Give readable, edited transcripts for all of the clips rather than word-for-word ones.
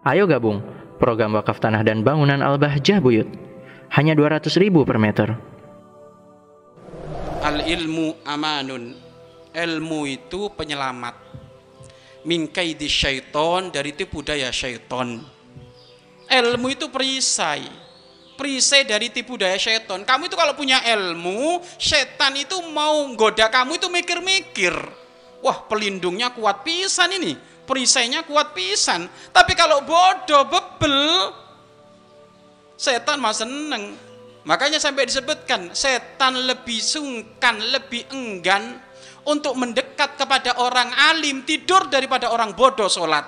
Ayo gabung program wakaf tanah dan bangunan Al-Bahjah Buyut. Hanya 200.000 per meter. Al-ilmu amanun. Ilmu itu penyelamat. Min kaidi syaiton, dari tipu daya syaiton. Ilmu itu perisai. Perisai dari tipu daya syaiton. Kamu itu kalau punya ilmu, setan itu mau goda kamu itu mikir-mikir. Wah, pelindungnya kuat pisan ini. Perisainya kuat pisan. Tapi kalau bodoh, bebel, setan mah seneng. Makanya sampai disebutkan, setan lebih sungkan, lebih enggan untuk mendekat kepada orang alim tidur daripada orang bodoh sholat.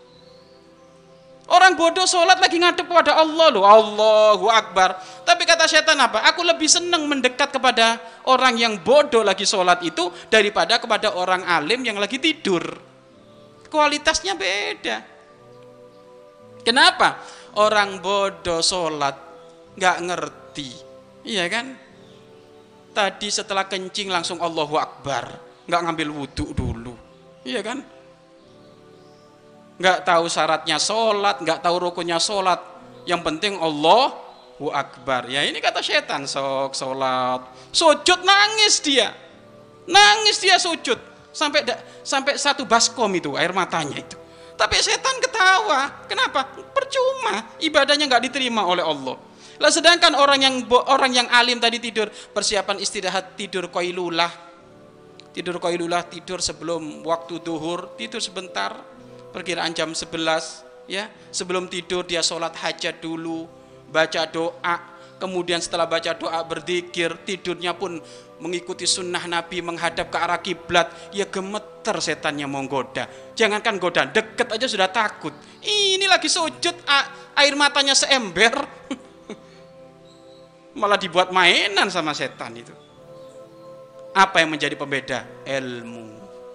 Orang bodoh sholat lagi ngadep kepada Allah loh, Allahu Akbar. Tapi kata setan apa? Aku lebih senang mendekat kepada orang yang bodoh lagi sholat itu daripada kepada orang alim yang lagi tidur. Kualitasnya beda. Kenapa? Orang bodoh sholat nggak ngerti, iya kan? Tadi setelah kencing langsung Allahu Akbar, nggak ngambil wudhu dulu, iya kan? Nggak tahu syaratnya sholat, nggak tahu rukunnya sholat. Yang penting Allahu Akbar. Ya ini kata setan, sok sholat, sujud nangis dia sujud. Sampai satu baskom itu air matanya itu. Tapi setan ketawa. Kenapa? Percuma, ibadahnya nggak diterima oleh Allah. Lah sedangkan orang yang alim tadi tidur, persiapan istirahat, tidur qailulah, tidur sebelum waktu duhur, tidur sebentar, perkiraan jam 11, ya. Sebelum tidur dia sholat hajat dulu, baca doa, kemudian setelah baca doa berzikir, tidurnya pun mengikuti sunnah Nabi menghadap ke arah kiblat. Ya gemeter setannya mau goda. Jangankan goda, deket aja sudah takut. Ini lagi sujud, air matanya seember. Malah dibuat mainan sama setan itu. Apa yang menjadi pembeda? Ilmu.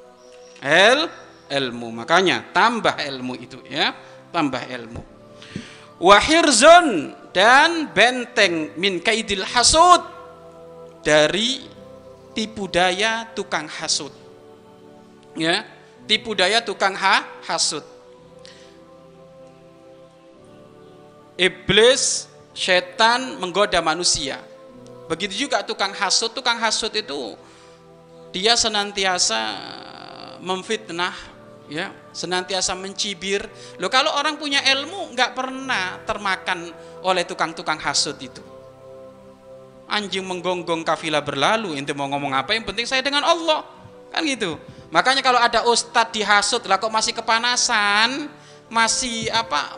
Ilmu. Makanya tambah ilmu itu, ya. Tambah ilmu. Wahirzun, dan benteng min kaidil hasud, dari tipu daya tukang hasud, ya, tipu daya tukang hasud. Iblis, setan menggoda manusia. Begitu juga tukang hasud. Tukang hasud itu dia senantiasa memfitnah, ya, senantiasa mencibir. Loh, kalau orang punya ilmu nggak pernah termakan oleh tukang-tukang hasud itu. Anjing menggonggong kafilah berlalu, ente mau ngomong apa, yang penting saya dengan Allah, kan gitu. Makanya kalau ada ustadz dihasut, lah kok masih kepanasan, masih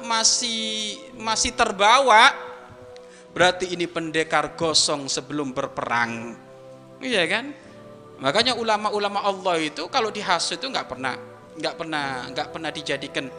terbawa, berarti ini pendekar gosong sebelum berperang, iya kan? Makanya ulama-ulama Allah itu kalau dihasut itu nggak pernah dijadikan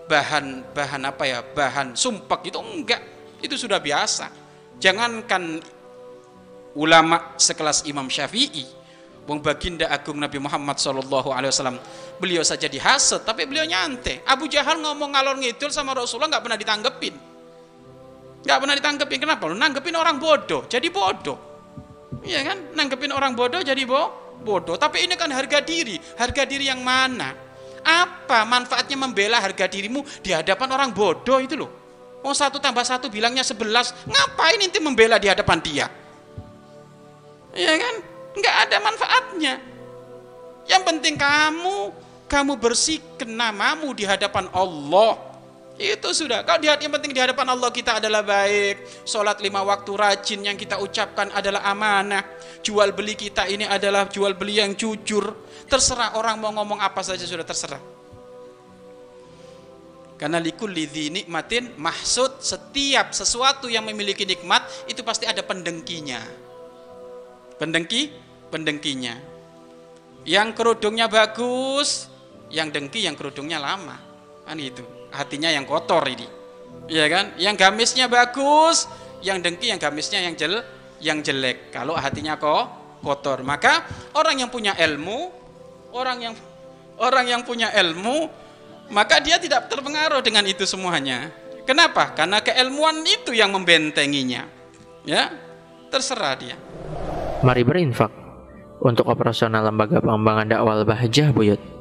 bahan sumpek itu, enggak, itu sudah biasa. Jangankan ulama sekelas Imam Syafi'i, wong baginda agung Nabi Muhammad SAW, beliau saja dihasut, tapi beliau nyantai. Abu Jahal ngomong ngalor ngidul sama Rasulullah nggak pernah ditanggepin. Kenapa? Lu nanggepin orang bodoh, jadi bodoh. Iya kan? Nanggepin orang bodoh jadi bodoh. Tapi ini kan harga diri yang mana? Apa manfaatnya membela harga dirimu di hadapan orang bodoh itu loh? Mau 1 tambah 1 bilangnya 11, ngapain inti membela di hadapan dia? Ya kan? Nggak ada manfaatnya. Yang penting kamu bersihkan namamu di hadapan Allah. Itu sudah. Kalau yang penting di hadapan Allah kita adalah baik. Sholat 5 waktu rajin, yang kita ucapkan adalah amanah. Jual beli kita ini adalah jual beli yang jujur. Terserah orang mau ngomong apa saja, sudah terserah. Karena likulli dzi nikmatin mahsud, setiap sesuatu yang memiliki nikmat itu pasti ada pendengkinya. Pendengkinya. Yang kerudungnya bagus, yang dengki yang kerudungnya lama. Kan itu. Hatinya yang kotor ini. Iya kan? Yang gamisnya bagus, yang dengki yang gamisnya yang jelek. Kalau hatinya kotor, maka orang yang punya ilmu, maka dia tidak terpengaruh dengan itu semuanya. Kenapa? Karena keilmuan itu yang membentenginya. Ya, terserah dia. Mari berinfak untuk operasional lembaga pengembangan dakwah Al-Bahjah Buyut.